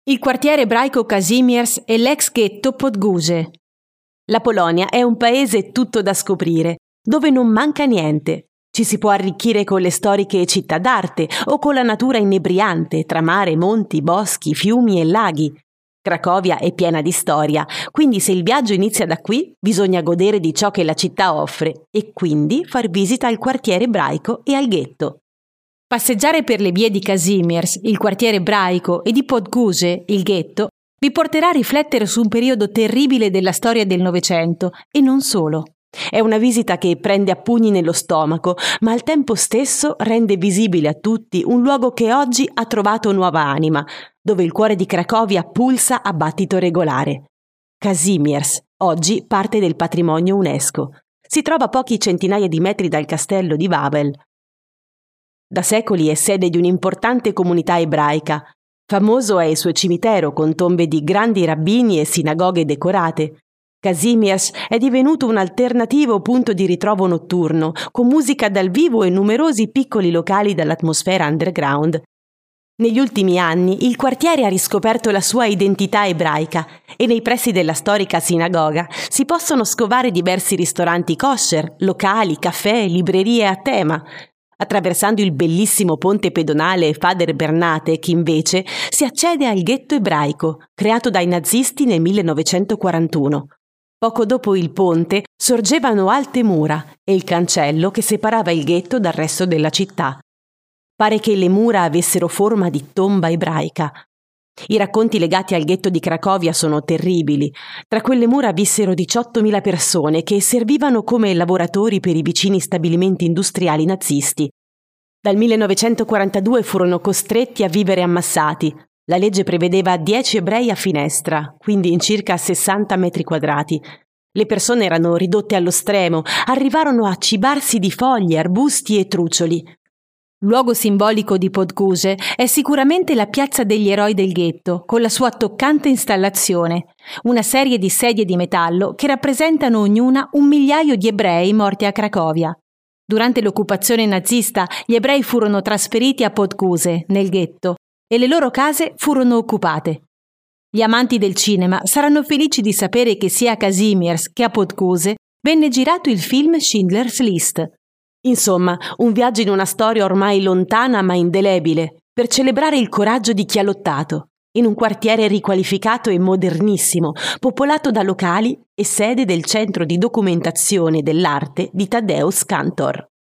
Il quartiere ebraico Kazimierz e l'ex ghetto Podgórze. La Polonia è un paese tutto da scoprire, dove non manca niente. Ci si può arricchire con le storiche città d'arte o con la natura inebriante tra mare, monti, boschi, fiumi e laghi. Cracovia è piena di storia, quindi se il viaggio inizia da qui, bisogna godere di ciò che la città offre e quindi far visita al quartiere ebraico e al ghetto. Passeggiare per le vie di Kazimierz, il quartiere ebraico, e di Podgórze, il ghetto, vi porterà a riflettere su un periodo terribile della storia del Novecento e non solo. È una visita che prende a pugni nello stomaco, ma al tempo stesso rende visibile a tutti un luogo che oggi ha trovato nuova anima, dove il cuore di Cracovia pulsa a battito regolare. Kazimierz, oggi parte del patrimonio UNESCO. Si trova a pochi centinaia di metri dal castello di Wawel. Da secoli è sede di un'importante comunità ebraica. Famoso è il suo cimitero con tombe di grandi rabbini e sinagoghe decorate. Kazimierz è divenuto un alternativo punto di ritrovo notturno, con musica dal vivo e numerosi piccoli locali dall'atmosfera underground. Negli ultimi anni il quartiere ha riscoperto la sua identità ebraica e nei pressi della storica sinagoga si possono scovare diversi ristoranti kosher, locali, caffè, librerie a tema. Attraversando il bellissimo ponte pedonale Fader Bernatech, invece, si accede al ghetto ebraico, creato dai nazisti nel 1941. Poco dopo il ponte sorgevano alte mura e il cancello che separava il ghetto dal resto della città. Pare che le mura avessero forma di tomba ebraica. I racconti legati al ghetto di Cracovia sono terribili. Tra quelle mura vissero 18.000 persone che servivano come lavoratori per i vicini stabilimenti industriali nazisti. Dal 1942 furono costretti a vivere ammassati. La legge prevedeva 10 ebrei a finestra, quindi in circa 60 metri quadrati. Le persone erano ridotte allo stremo, arrivarono a cibarsi di foglie, arbusti e trucioli. Luogo simbolico di Podgórze è sicuramente la piazza degli eroi del ghetto, con la sua toccante installazione, una serie di sedie di metallo che rappresentano ognuna 1.000.000 di ebrei morti a Cracovia. Durante l'occupazione nazista gli ebrei furono trasferiti a Podgórze, nel ghetto, e le loro case furono occupate. Gli amanti del cinema saranno felici di sapere che sia a Kazimierz che a Podgórze venne girato il film Schindler's List. Insomma, un viaggio in una storia ormai lontana ma indelebile, per celebrare il coraggio di chi ha lottato, in un quartiere riqualificato e modernissimo, popolato da locali e sede del centro di documentazione dell'arte di Tadeusz Kantor.